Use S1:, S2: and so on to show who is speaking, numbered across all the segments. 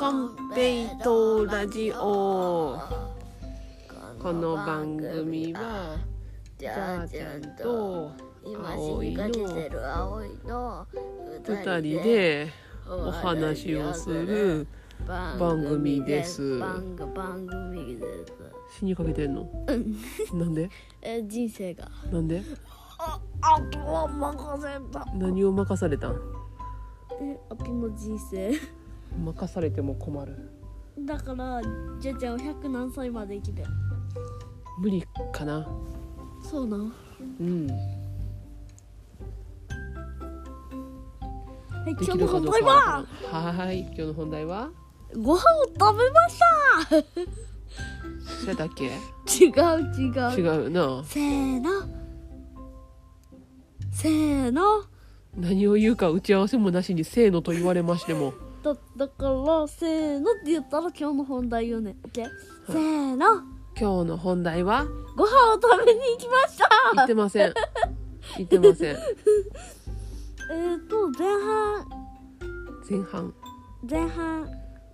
S1: コンペイトラジオ。この番組はじゃあちゃんと葵の2人でお話をする番組です。死にかけてんの？なんで？
S2: 人生が。
S1: なんで？
S2: あとは任せた。
S1: 何を任されたん？
S2: あとの人生。
S1: 任されても困る。
S2: だからじゃちゃんは100何歳まで生きて。
S1: 無理かな。
S2: そうなん？
S1: うん。
S2: はい、今日の本題は？
S1: はい、今日の本題は？
S2: ご飯を食べました。
S1: それだけ？
S2: 違う
S1: 違うな。
S2: せーの。
S1: 何を言うか打ち合わせもなしにせーのと言われましても。
S2: だからせーのって言ったら今日の本題よね。OK？せーの。
S1: 今日の本題は？
S2: ご飯を食べに行きました。
S1: 言ってません。言ってません。前半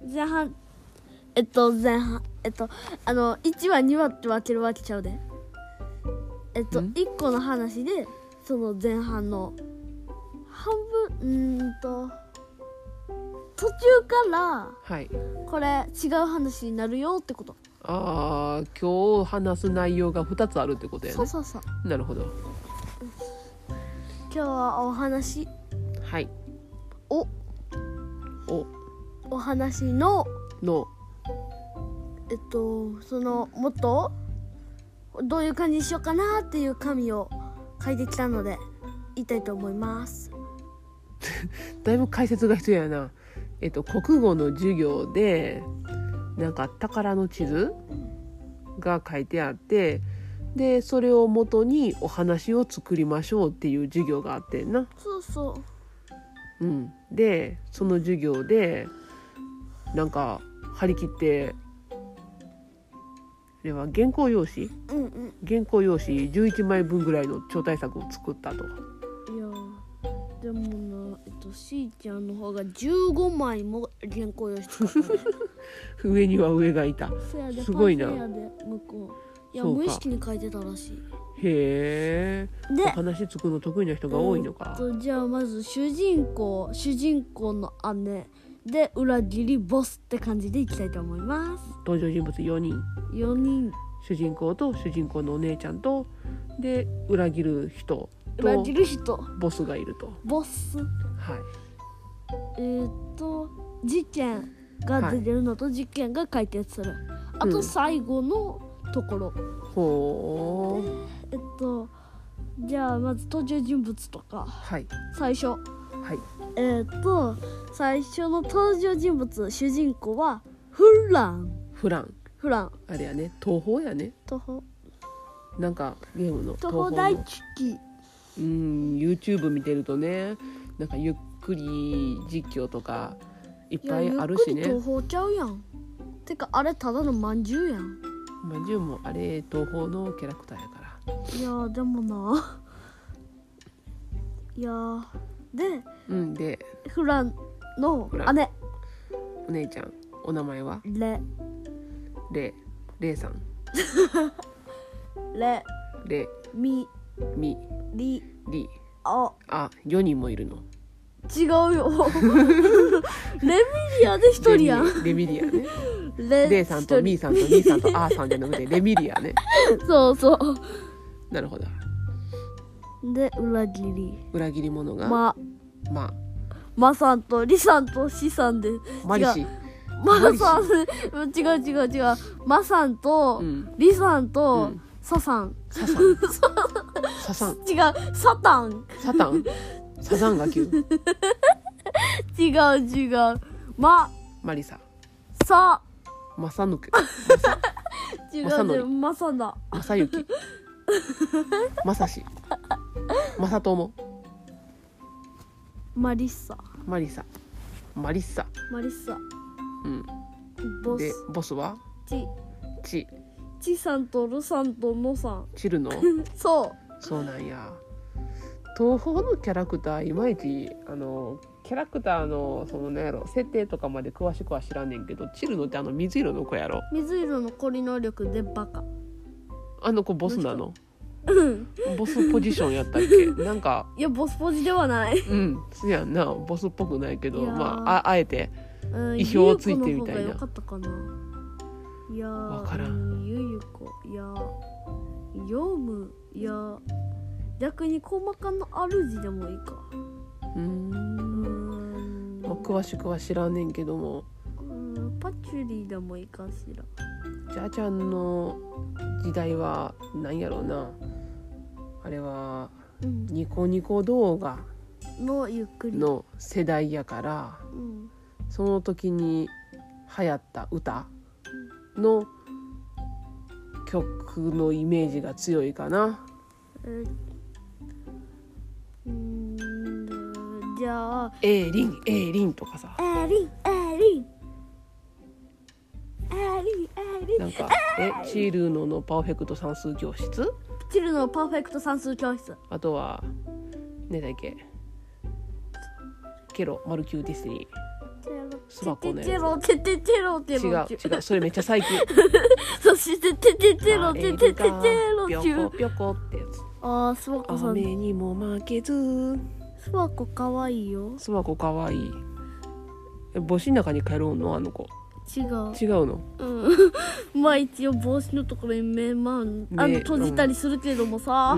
S2: 1話2話って分けるわけちゃうで。1個の話でその前半の半分途中から
S1: はい、
S2: これ違う話になるよってこと。
S1: 今日話す内容が2つあるってことやね。
S2: そう
S1: なるほど。
S2: 今日はお話
S1: はい
S2: お話のそのもっとどういう感じにしようかなっていう紙を書いてきたので言いたいと思います。
S1: だいぶ解説が必要やな。国語の授業でなんか宝の地図が書いてあって、でそれを元にお話を作りましょうっていう授業があってんな。
S2: そう。
S1: でその授業でなんか張り切ってでは原稿用紙11枚分ぐらいの超大作を作ったと。
S2: いやでもなしーちゃんの方が15枚も原稿用紙使ったね。
S1: 上には上がいた。すごいな。
S2: 向こういや無意識に書いてたらしい。
S1: へえ。
S2: で
S1: お話作るの得意な人が多いのか。
S2: じゃあまず主人公の姉で裏切りボスって感じでいきたいと思います。
S1: 登場人物4人、主人公と主人公のお姉ちゃんとで裏切る人ボスがいると。
S2: ボス、
S1: はい、
S2: 事件が出てるのと事件が解決する、あと最後のところ、
S1: ほ
S2: ーじゃあまず登場人物とか、最初、最初の登場人物主人公はフラン
S1: あれやね、東宝やね。なんかゲームの
S2: 東宝大好き。
S1: YouTube 見てるとね、なんかゆっくり実況とかいっぱいあるしね。
S2: 東宝ちゃうやん。てかあれただのまんじゅうやん。
S1: まんじゅうもあれ東宝のキャラクターやから。
S2: いやでもな。いやでフランの姉、
S1: お姉ちゃん、お名前はレイさん。レミリ4人もいるの。
S2: 違うよ。レミリアで1人やん。
S1: レミリアね。レイさんとミーさんとニーさんとアーさんじゃなくてレミリアね。
S2: そう
S1: なるほど。
S2: で裏切り者がマさんとリさんとシさんで、
S1: マリシ
S2: マさん違うマさんとリさんとサさん違うサタン
S1: サザンが9。
S2: 違う
S1: マリサマサヌク
S2: 違うマサダ
S1: マサユキマサシマサトモ
S2: マリッサ
S1: でボスは
S2: チさんとルさんとノさん。
S1: チルの
S2: そう
S1: なんや。東宝のキャラクターいまいちキキャラクターのそのなんやろ設定とかまで詳しくは知らんねんけど、チルノって水色の子やろ。
S2: 水色のコリ能力でバカ。
S1: あの子ボスなの？
S2: うん
S1: ボスポジションやったっけ？なんか
S2: いやボスポジではない。
S1: そうやんな、ボスっぽくないけど、
S2: いや
S1: あえて意表をついてみたいな。
S2: ゆうこの方が良かったかな。いや
S1: わからん。
S2: ゆうこ、いやヨム、いや逆に細かの主でもいいか。
S1: 詳しくは知らんねんけども、
S2: パチュリーでもいいかしら。
S1: ジャーちゃんの時代はなんやろうな、あれはニコニコ動画
S2: のゆっくり
S1: の世代やから、その時に流行った歌の曲のイメージが強いかな。
S2: じゃあ
S1: エーリンとかさ、なんかチールノのパーフェクト算数教室、
S2: チルのパーフェクト算数教室、
S1: あとはねだっけケロマルキューディスティニー、スバコのやつ。
S2: チェロテテチェロテロ
S1: 違うそれめっちゃ最近。
S2: そしてテテチェロテテチェロ
S1: ピョコピョコってやつ。
S2: あースバコさん、
S1: 雨にも負けず。
S2: スバコかわいいよ。
S1: スバコかわいい。帽子の中に帰ろうのあの子。
S2: 違う
S1: の。
S2: まあ一応帽子のところに目閉じたりするけどもさ、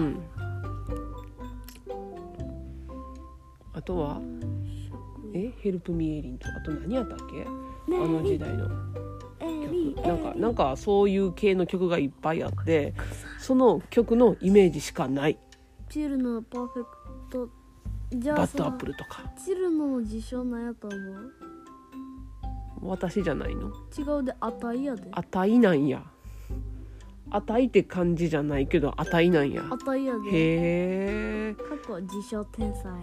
S1: あとはヘルプミエリンとか、あと何やったっけ、あの時代の曲、なんかそういう系の曲がいっぱいあって、その曲のイメージしかない。
S2: チルノのパーフェクト、じゃあ
S1: バッドアップルとか。
S2: チルノの自称なんやと思う？
S1: 私じゃないの？
S2: 違うで、あたいやで。
S1: あたいなんや。あたいって感じじゃないけどあたいなんや。
S2: あたいやで。
S1: へえ。
S2: 過去自称天才。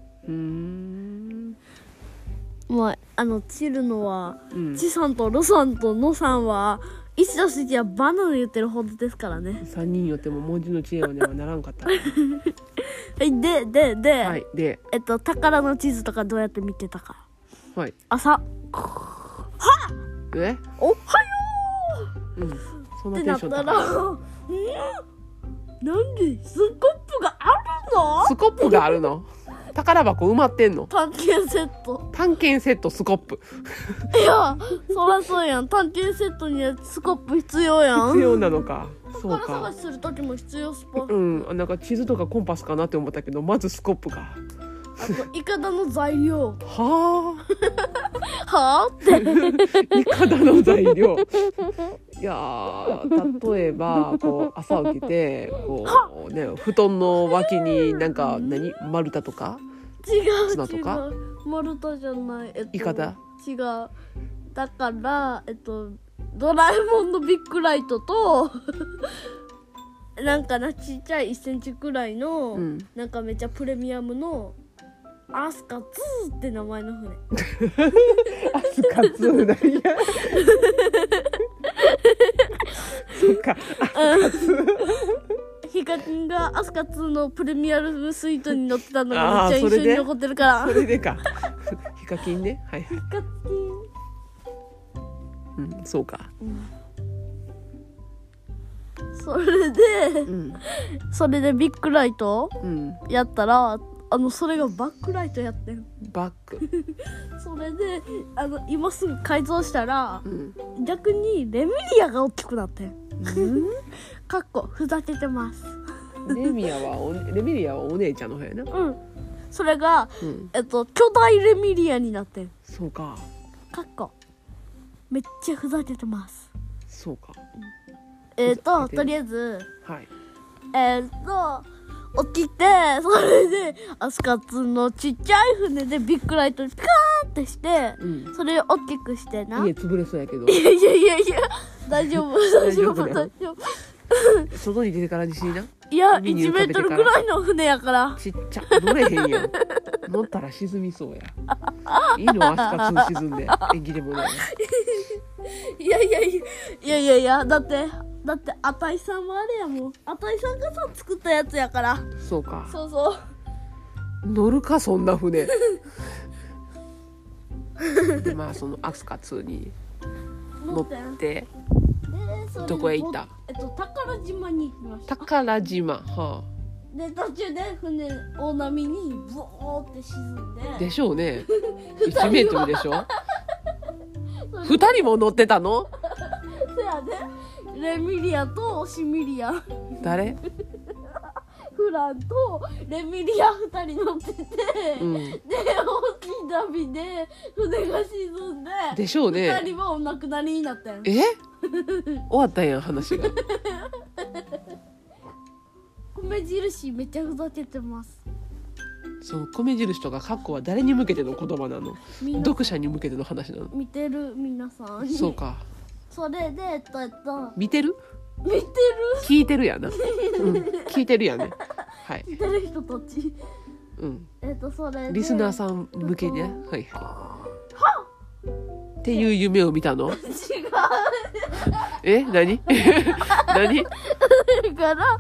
S2: まあチルノは、チさんとロさんとノさんは一度してはバナナ言ってるほどですからね。
S1: 3人よっても文字の知恵はねはならんかった。は
S2: い、で、
S1: はい、で
S2: 宝の地図とかどうやって見てたか。
S1: はい。
S2: 朝
S1: おはよう。そんなテンション高い。
S2: ってなったら、なんでスコップがあるの？
S1: スコップがあるの？宝箱埋まってんの？
S2: 探検セット。
S1: 探検セットスコップ。
S2: いや、そらそうやん。探検セットにはスコップ必要やん。
S1: 必要なのか。そう
S2: 宝探
S1: か。
S2: しする時も必要スポ。
S1: なんか地図とかコンパスかなって思ったけど、まずスコップが。
S2: あとイカダの材料。
S1: は
S2: はぁって。
S1: イカダの材料。いやー、例えばこう朝起きてこうね、布団の脇になんか丸太とか
S2: 違
S1: 砂とか
S2: う丸太じゃない、
S1: イカダ
S2: 違う。だからドラえもんのビッグライトとなんかちっちゃい1センチくらいの、なんかめっちゃプレミアムのアスカツーって名前の船。
S1: アスカツーなんや。そっか、アスカツー。
S2: ヒカキンがアスカツーのプレミアムスイートに乗ってたのがめっちゃ印象に残ってるから。
S1: それでか。ヒカキンね。はい。
S2: ヒカキ
S1: ン。そうか。
S2: それでビッグライトやったら、それがバックライトやってん。
S1: バック。
S2: それで今すぐ改造したら、逆にレミリアが大きくなってん。かっこふざけてます。
S1: レミリアはお姉ちゃんの方やな。
S2: それが、巨大レミリアになってん。
S1: そうか。
S2: かっこめっちゃふざけてます。
S1: そうか。
S2: とりあえず、
S1: はい。
S2: 起きて、それでアスカツのちっちゃい船でビッグライトにピカーってして、それを大きくしてな。
S1: 家潰れそうやけど。
S2: いや大丈夫。
S1: 外に出てからにしいな。
S2: いや、1メートルぐらいの船やから。
S1: ちっちゃ乗れへんやん。乗ったら沈みそうや。いいのアスカツ沈んで縁起でもない。
S2: いやだってあたいさんもあれやもん。あたいさんがさ作ったやつやから。
S1: そうか。
S2: そう。
S1: 乗るかそんな船。 でまあそのアスカ2に乗って
S2: でそれで
S1: どこへ行った？
S2: 宝島に行きました
S1: 宝島、は
S2: で途中で船大波にブオーって沈んで
S1: あ、でしょうね。1メートルでしょ。2人も乗ってたの？
S2: そやでレミリアとオシミリア
S1: 誰？
S2: フランとレミリア2人乗ってて、
S1: うん、
S2: で大きい波で船が沈んで
S1: でしょうね。
S2: 2人はお亡くなりになったやん。
S1: 終わったんやん話が。
S2: 米印めっちゃふざけてます。
S1: その米印とかカッコは誰に向けての言葉なの？読者に向けての話なの？
S2: 見てる皆さん。
S1: そうか。
S2: それで
S1: 見てる？
S2: 見てる？
S1: 聞いてるやな。うん、聞いてるやね。はい。
S2: 見てる人たち。
S1: うん。
S2: それで
S1: リスナーさん向けね。はいはい。っていう夢を見たの？
S2: 違う。
S1: 何？何？
S2: だから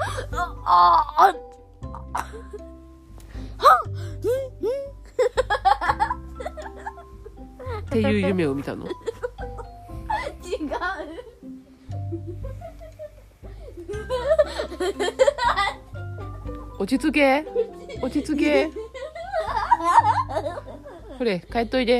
S1: っていう夢を見たの？
S2: 違う。
S1: 落ち着け。落ち着け。これ帰っといで。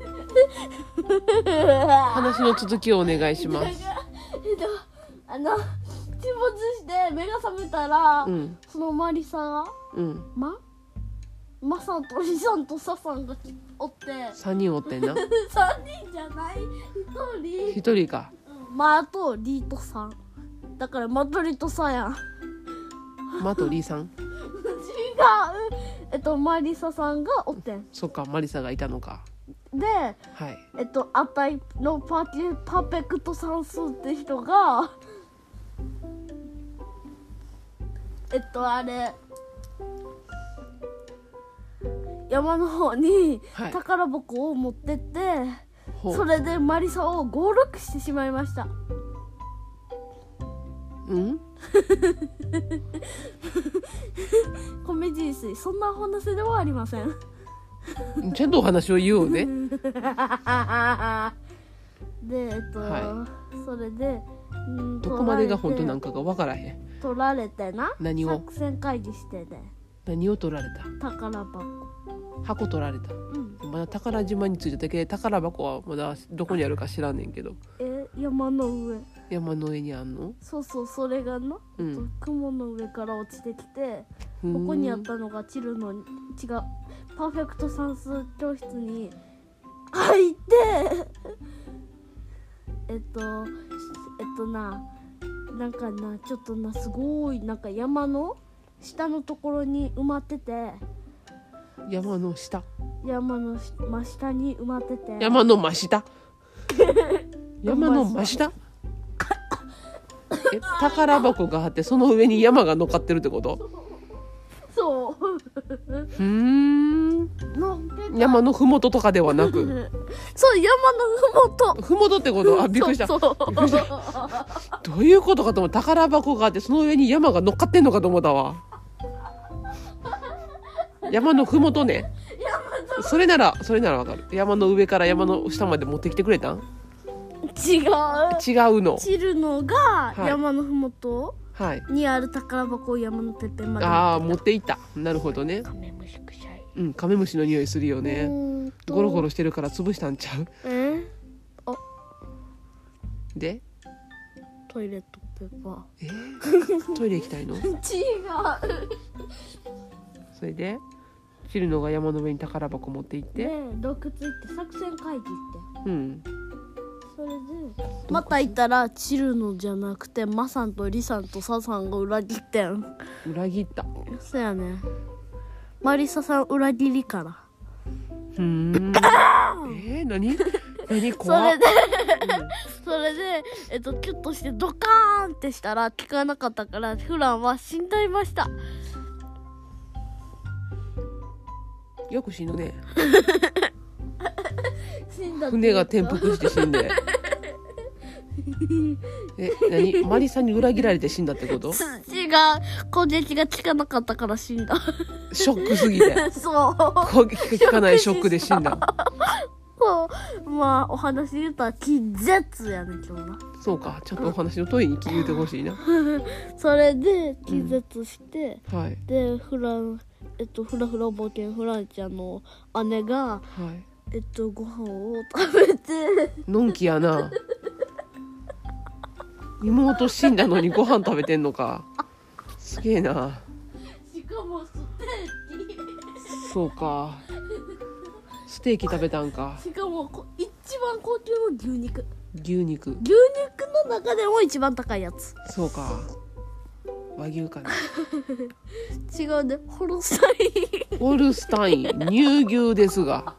S1: 話の続きをお願いします。
S2: 沈没して目が覚めたら、
S1: うん、
S2: そのマリサが、
S1: うん、
S2: マさんとリさんとサさんがおって
S1: 3人おってんな。
S2: 3人じゃない1
S1: 人か。
S2: マとリとさんだからマとリとサやん。
S1: マとリさん？
S2: 違う。マリサさんがおってん。
S1: そっか、マリサがいたのか。
S2: で、
S1: はい、
S2: あたいのパーフェクト算数って人があれ山の方に宝箱を持ってって、はい、それでマリサを強録してしまいました。
S1: うん
S2: 米印そんなお話ではありません。
S1: ちゃんとお話を言おうね。
S2: で
S1: はい、
S2: それで
S1: どこまでが本当なんかが分からへん。
S2: 取られてな。
S1: 何を？
S2: 作戦会議してね。
S1: 何を取られた？
S2: 宝箱。
S1: 箱取られた。まだ宝島についてたけど宝箱はまだどこにあるか知らんねんけど。
S2: 山の上。
S1: 山の上にあんの？
S2: そうそれがな、雲の上から落ちてきて、ここにあったのがチルの違うパーフェクト算数教室に入ってなんかなちょっとなすごいなんか山の下のところに埋まってて。
S1: 山の下？
S2: 山の真下に埋まってて。
S1: 山の真下？山の真下？宝箱があってその上に山が乗っかってるってこと？
S2: そう。
S1: 山のふもととかではなく
S2: そう山のふもと。
S1: ふもとってこと？あ、びっくりした。どういうことかと思う。宝箱があってその上に山が乗っかってんのかと思ったわ。山のふもとね。それならわかる。山の上から山の下まで持ってきてくれたん？
S2: 違う
S1: の。
S2: チルのが山のふもとにある宝箱を山のてっぺんまで
S1: 持っていった。なるほどね。
S2: カメムシくしゃい。
S1: うん、カメムシの匂いするよね。ゴロゴロしてるから潰したんちゃう？で
S2: トイレットペーパ
S1: ー。トイレ行きたいの？
S2: 違う。
S1: それでチルノが山の上に宝箱持って行って
S2: 洞窟行って作戦会議行って、
S1: うん、
S2: それでまた行ったらチルノじゃなくてマさんとリさんとサさんが裏切ってん。
S1: 裏切った。
S2: そやね。マリサさん裏切りから。
S1: 何怖っ。
S2: それでキュッとしてドカーンってしたら効かなかったからフランは死んじゃいました。
S1: よく死ぬね。
S2: 死んだ。
S1: 船が転覆して死んで。マリサに裏切られて死んだってこと？
S2: 違う。攻撃が効かなかったから死んだ。
S1: ショックすぎて。
S2: そう。
S1: 攻撃が効かないショックで死んだ。
S2: まあお話言ったら気絶やね今日な。
S1: そうか、ちゃんとお話の問いに聞いてほしいな。
S2: それで気絶して、
S1: はい
S2: でフラ冒険フランちゃんの姉が
S1: はい
S2: ご飯を食べて
S1: のんきやな。妹死んだのにご飯食べてんのか。すげえな。
S2: しかもステーキ、
S1: そうか、ステーキ食べたんか。
S2: しかも一番高級の牛肉
S1: 牛肉。
S2: の中でも一番高いやつ。
S1: そうか、和牛かな。
S2: 違うね、ホルスタイン。
S1: ホルスタイン、乳牛ですが。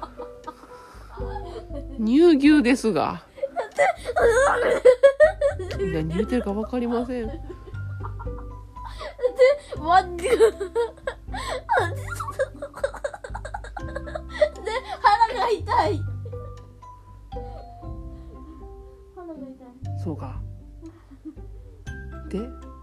S1: 乳牛ですが。何言ってるか分かりません。
S2: 和牛で腹が痛い。腹が痛い。
S1: そうか。で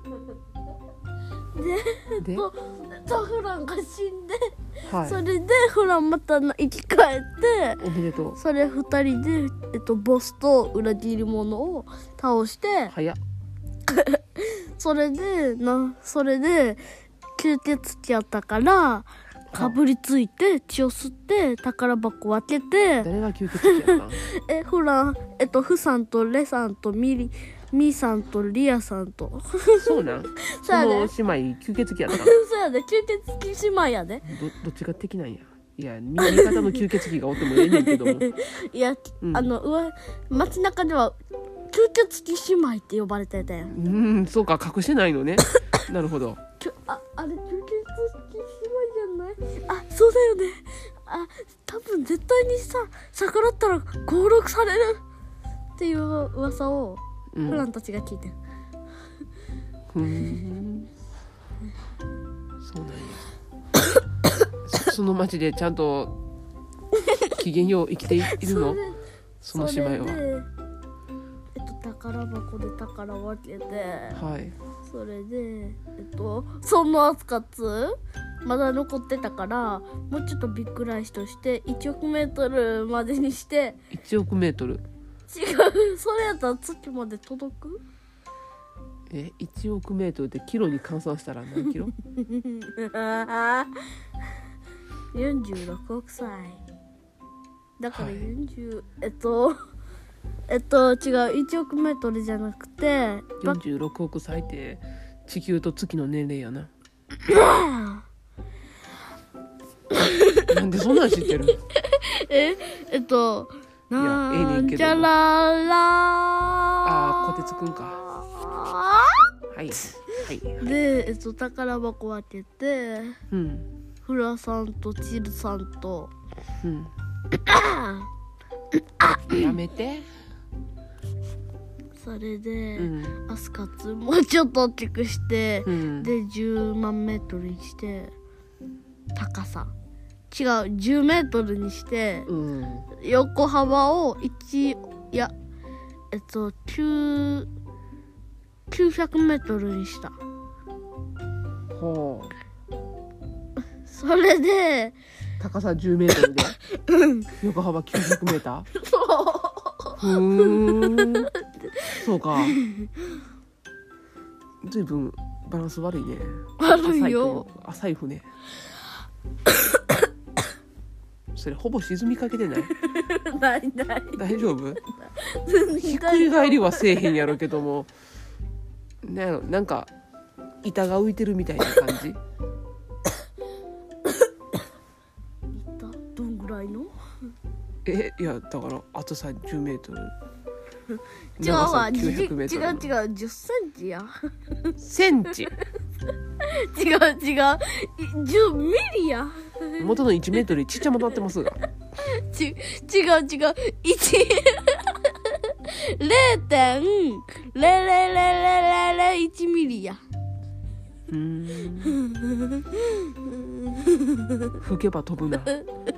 S2: フランが死んで、
S1: はい、
S2: それでフランまた生き返って、
S1: おめでとう。
S2: それ2人で、ボスと裏切り者を倒して、
S1: 早っ。
S2: それで吸血鬼やったからかぶりついて血を吸って宝箱を開けて、
S1: 誰が吸血鬼やったん？
S2: フランフさんとレさんとミさんとリアさんと
S1: そうなん？その姉妹吸血鬼やったん？
S2: そうやで、吸血鬼姉妹やで。
S1: どっちが敵なんや。いや、味方の吸血鬼がおってもええねんけども。
S2: いや、街中では吸血鬼姉妹って呼ばれてたやん。
S1: そうか、隠してないのね。なるほど。
S2: あれ吸血鬼姉妹じゃない？あ、そうだよね。多分絶対にさ、逆らったら強録されるっていう噂をフランたちが聞いてる。
S1: そうなんや。その町でちゃんと機嫌よう生きているの？その姉妹は。
S2: 宝箱で宝を分けて、
S1: はい。
S2: それでそのアスカツまだ残ってたから、もうちょっとビッグライスとして1億メートルまでにして。
S1: 1億メートル？
S2: 違う、それやったら月まで届く
S1: ？1億メートルでキロに換算したら何キロ
S2: ？46億歳だから40、違う、1億メートルじゃなくて
S1: 46億歳って地球と月の年齢やな。なんでそんなん知ってる？
S2: なんちゃらら
S1: こてつくんか。はいはい。
S2: で宝箱開けて、
S1: うん
S2: フラさんとチルさんと、
S1: やめて。
S2: それで、アスカツもうちょっと大きくして、で10万メートルにして、高さ違う10メートルにして、横幅を900メートルにした。
S1: ほう。
S2: それで
S1: 高さ10メートルで横幅900メーター。そうか。ずいぶんバランス悪いね。
S2: 悪いよ。
S1: 浅い船。それほぼ沈みかけてない？
S2: ない
S1: 大丈夫？ひっくり返りはせえへんやろけども、なんか板が浮いてるみたいな感じ。
S2: どんぐらいの？
S1: いやだから厚さ10メートル。
S2: 違うわ、
S1: 長さ900メートル。
S2: 違う10センチや。
S1: センチ。
S2: 違う10ミリや。
S1: 元の1メートルちっちゃまなってますが。
S2: 違う0.00001ミリや。
S1: 吹けば飛ぶな。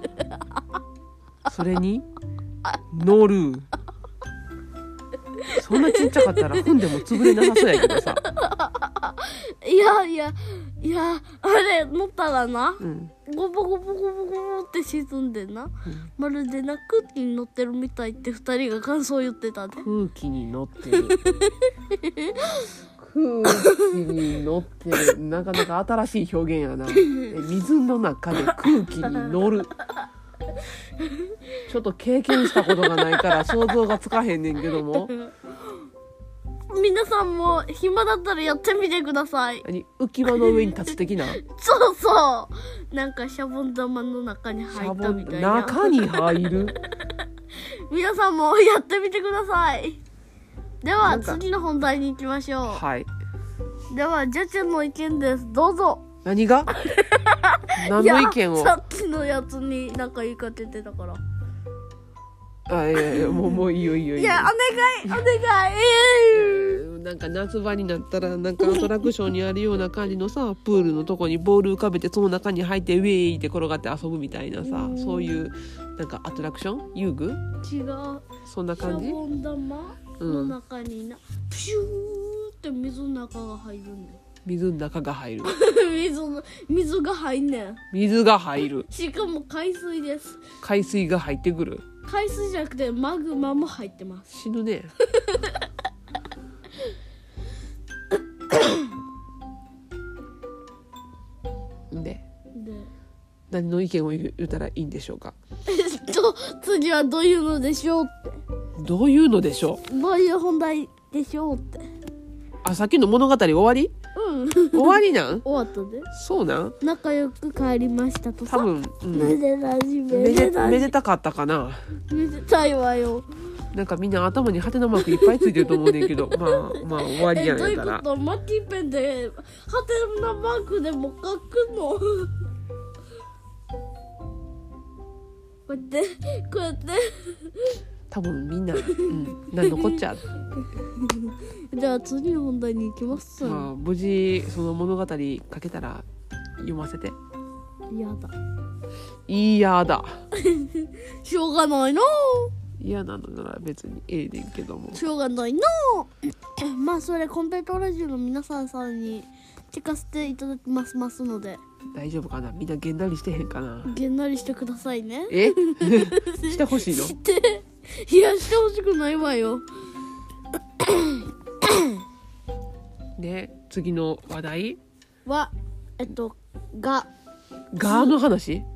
S1: それに乗る。そんなちっちゃかったら踏んでも潰れなさそうやけどさ。
S2: いやいやあれ乗ったらな、
S1: うん
S2: ゴボゴボゴボゴボって沈んでな、まるでな空気に乗ってるみたいって2人が感想言ってたで。
S1: 空気に乗ってる空気に乗ってる、なかなか新しい表現やな。水の中で空気に乗る、ちょっと経験したことがないから想像がつかへんねんけども、
S2: 皆さんも暇だったらやってみてください。
S1: 何、浮き輪の上に立つ的な、
S2: そうそう、なんかシャボン玉の中に入ったみたいな。
S1: 中に入る
S2: 皆さんもやってみてください。では
S1: なんか
S2: 次の本題に行きましょ
S1: はい。
S2: う。ではジャチェの意見です。どうぞ。
S1: 何が何の意見を。
S2: いやさっきのやつになんか言いかけてたから。
S1: あ、いやいや、もういいよいいよいいよ。
S2: いや、お願い
S1: なんか夏場になったらなんかアトラクションにあるような感じのさ、プールのとこにボール浮かべてその中に入ってウェーイって転がって遊ぶみたいなさ、そういうなんかアトラクション、遊具、
S2: 違う。
S1: そんな感じ。
S2: シャボン玉の中にな、プシューって水の中が入るねん。
S1: 水の中が入る
S2: 水が入んねん。
S1: 水が入る。
S2: しかも海水です。
S1: 海水が入ってくる。
S2: 海水じゃなくてマグマも入ってます。
S1: 死ぬねで何の意見を言ったらいいんでしょうか。
S2: 次はどういうのでしょうって。
S1: どういうのでしょう。
S2: どういう本題でしょうって。
S1: あ、さっきの物語終わり終わりなん
S2: 終わったで。
S1: そうなん。
S2: 仲良く帰りましたとさ。
S1: 多分、
S2: めでたし
S1: めでたかったかな。
S2: めでたいわよ。
S1: なんかみんな頭にハテナマークいっぱいついてると思うねんけどまあ終わりやねんから。
S2: どういうこと。マッキーペンでハテナマークでも書くのこうやって
S1: 多分みんな、何のこっちゃ
S2: じゃあ次の本題に行きます。
S1: 無事その物語書けたら読ませて。
S2: 嫌だ。
S1: 嫌だ
S2: しょうがないな。
S1: 嫌なのなら別にええねんけども、
S2: しょうがないな。まあそれコンペイトラジオの皆さんに聞かせていただきますので。
S1: 大丈夫かな。みんなげんなりしてへんかな。
S2: げんなりしてくださいね。
S1: してほしいの。
S2: いや、してほしくないわよ。
S1: で次の話題
S2: はが
S1: の話。
S2: 違う。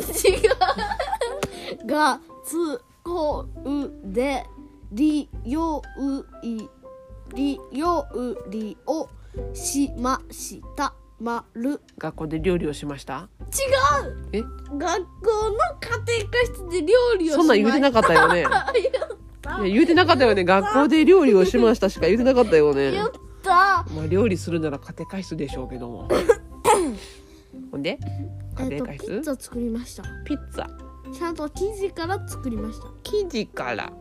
S2: がつこうでりようりをしましたまる。
S1: 学校で料理をしました。
S2: 違う。学校の家庭科室で料理をしました。
S1: そんなん言うてなかったよね。いや言うてなかったよね。学校で料理をしましたしか言うてなかったよね。
S2: 言った。
S1: まあ料理するなら家庭科室でしょうけども。ほんで家庭科室、
S2: ピッツァ作りました。
S1: ピッツァ
S2: ちゃんと生地から作りました。
S1: 生地から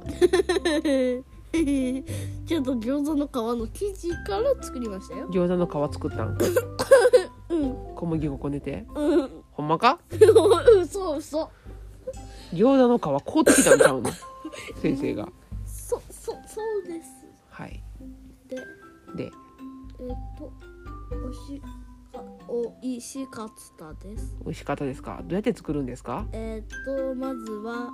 S2: ちゃんと餃子の皮の生地から作りましたよ。
S1: 餃子の皮作ったん小麦粉こねて。ほんまか。
S2: 嘘
S1: 餃子の皮買うてきたんちゃうの先生が。
S2: そうです。
S1: はい。で
S2: おいしかったです。
S1: 美味しかったですか。どうやって作るんですか。
S2: まずは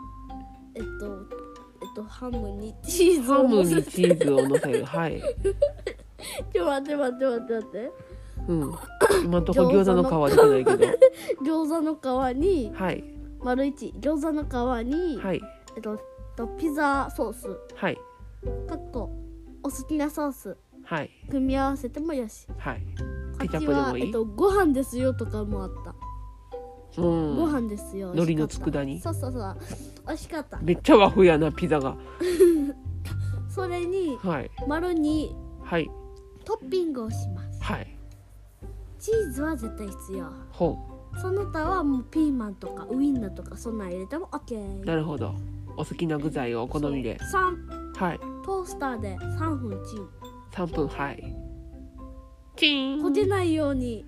S2: ハムにチーズを乗
S1: せる。はい。
S2: ちょ待って。
S1: 今んとこ餃子の皮出てないけど。
S2: 餃子の皮に、
S1: はい。
S2: 丸一餃子の皮に、
S1: はい。
S2: ピザソース。
S1: はい。
S2: かっこお好きなソース。
S1: はい。
S2: 組み合わせてもよし。
S1: はい。
S2: こっちはご飯ですよとかもあった。ご飯ですよ。
S1: 海苔の佃煮。
S2: そう美味しかった。
S1: めっちゃ和風やなピザが。
S2: それに、
S1: はい。
S2: 丸に、
S1: はい。
S2: トッピングをします。
S1: はい。
S2: チーズは絶対必要。その他はもうピーマンとかウインナーとかそんなん入れても OK。
S1: なるほど。お好きな具材をお好みで。
S2: 3。
S1: はい。
S2: トースターで3分チン。
S1: 3分。はい。チーン。
S2: 焦げないように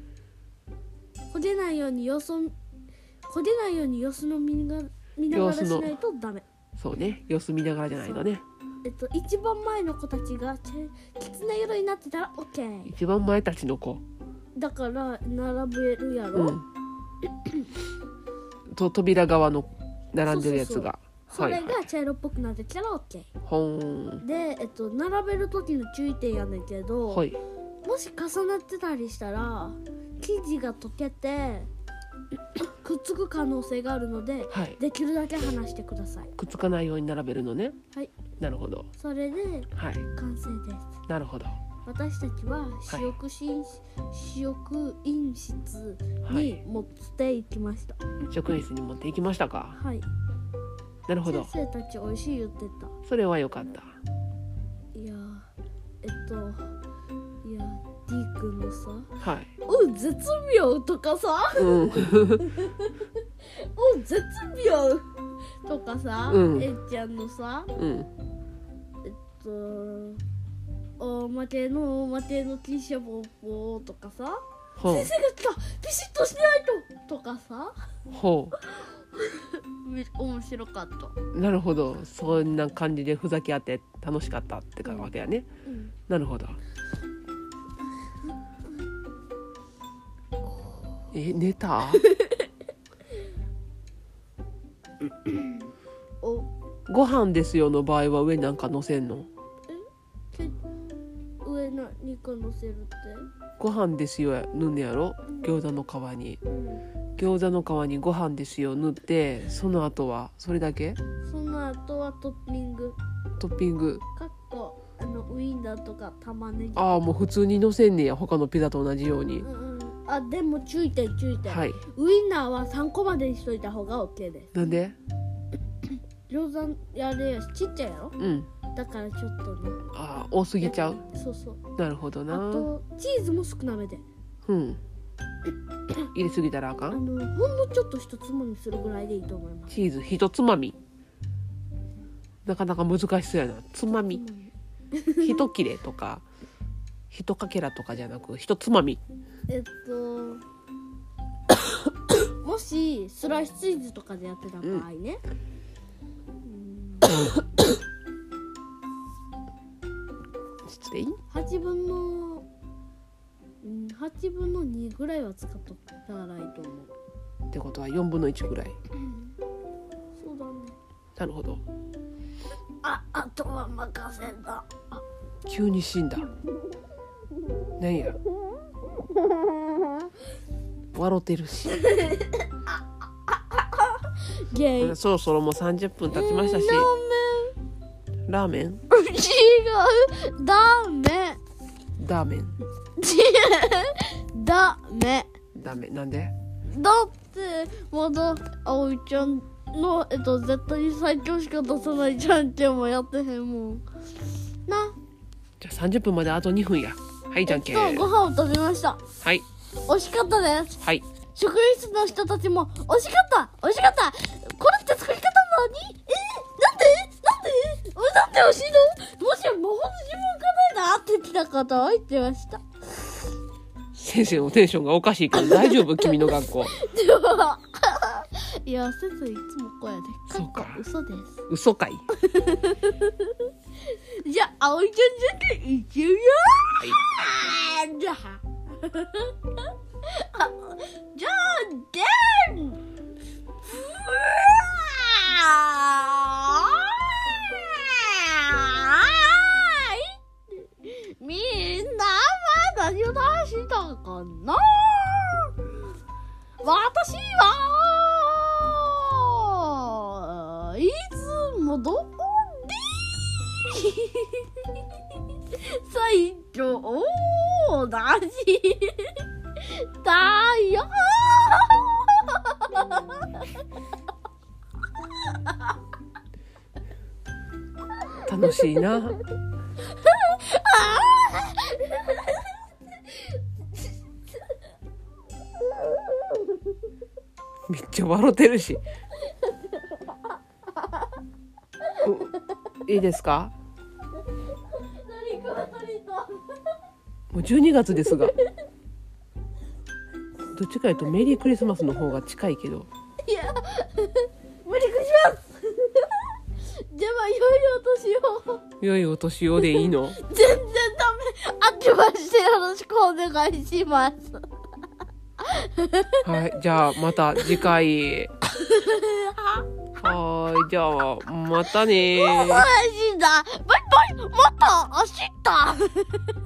S2: 様子の見ながらしないとダメ。
S1: そうね。様子見ながらじゃないとね。
S2: 一番前の子たちがきつね色になってたら OK。
S1: 一番前たちの子。
S2: だから並べるやろ、
S1: うんと扉側の並んでるやつが
S2: それが茶色っぽくなってきたら OK、
S1: ほーん
S2: で、並べる時の注意点やねんけど、
S1: はい
S2: もし重なってたりしたら生地が溶けてくっつく可能性があるので、
S1: はい、
S2: できるだけ離してください。
S1: くっつかないように並べるのね。
S2: はい、
S1: なるほど。
S2: それで
S1: はい、
S2: 完成です。
S1: なるほど。
S2: 私たちは試食飲室に持っていきました。
S1: 職員室に持っていきましたか。
S2: はい。
S1: なるほど。
S2: 先生たち美味しい言ってた。
S1: それは良かった。
S2: いやD 君のさ、
S1: はい。
S2: 絶妙とかさ、絶妙とかさ、えっちゃんのさ、おまけのティッシュボーボーとかさ、先生が来たピシッとしないととかさ、面白かった。
S1: なるほど。そんな感じでふざけ合って楽しかったってわけやね。なるほど。寝たご飯ですよの場合は上なんか乗せんの？
S2: 上何か乗せるって？
S1: ご飯ですよ塗んねやろ、餃子の皮に、餃子の皮にご飯ですよ塗って、その後はそれだけ？
S2: その後はトッピングかっこウインナーとか玉ねぎ。
S1: ああ、もう普通に乗せんねや、他のピザと同じように。
S2: あ、でも注意点、はい、ウインナーは3個までにしといた方が OK です。なんで？餃子やれやしちっちゃいやろ、だからちょっとね、
S1: 多すぎちゃう。
S2: そうそう、
S1: なるほどな。あ
S2: とチーズも少なめで、
S1: 入れすぎたらあかん。
S2: ほんのちょっと一つまみするぐらいでいいと思います。
S1: チーズ一つまみ、なかなか難しそうやな。つまみ一切れとか一かけらとかじゃなく一つまみ。
S2: もしスライスチーズとかでやってた場合ね、
S1: 失礼、
S2: 8分の2ぐらいは使っとったらいいと思う。
S1: ってことは4分の1ぐらい、
S2: そうだね。
S1: なるほど。
S2: あとは任せた。
S1: 急に死んだ。なんや笑ってるしそろそろもう30分経ちましたし、ラーメン違う、ダメなんで？
S2: だってまだ葵ちゃんの絶対に最強しか出さないじゃんけんもやってへんもんな。
S1: じゃあ30分まであと2分や。はい、じゃんけん。
S2: ご飯を食べました。
S1: はい、
S2: 美味しかったです。
S1: はい、
S2: 職員室の人たちも美味しかったこれって作り方何？なんで美味しいの？もしも魔法の呪文がないなって言ってた方は言ってました。
S1: 先生のテンションがおかしいから大丈夫？君の学校
S2: いや、先生いつもこうやで。
S1: そうか、
S2: 嘘です。
S1: 嘘かい
S2: じゃあ葵ちゃんじゃんけんいっちゃうよ。はい、じゃんけんみんなは何を出したかな？私はいつもどおり最強同じだよ
S1: 楽しいなめっちゃ笑ってるしいいですか？もう12月ですが、どっちかというとメリークリスマスの方が近いけど。
S2: いや、メリークリスマスでは良いお年を。
S1: 良いお年をでいいの？
S2: 全然ダメ。明けましてよろしくお願いします。
S1: はい、じゃあまた次回。はい、じゃあまたねー。
S2: もう安心だ。バイバイ。また明日。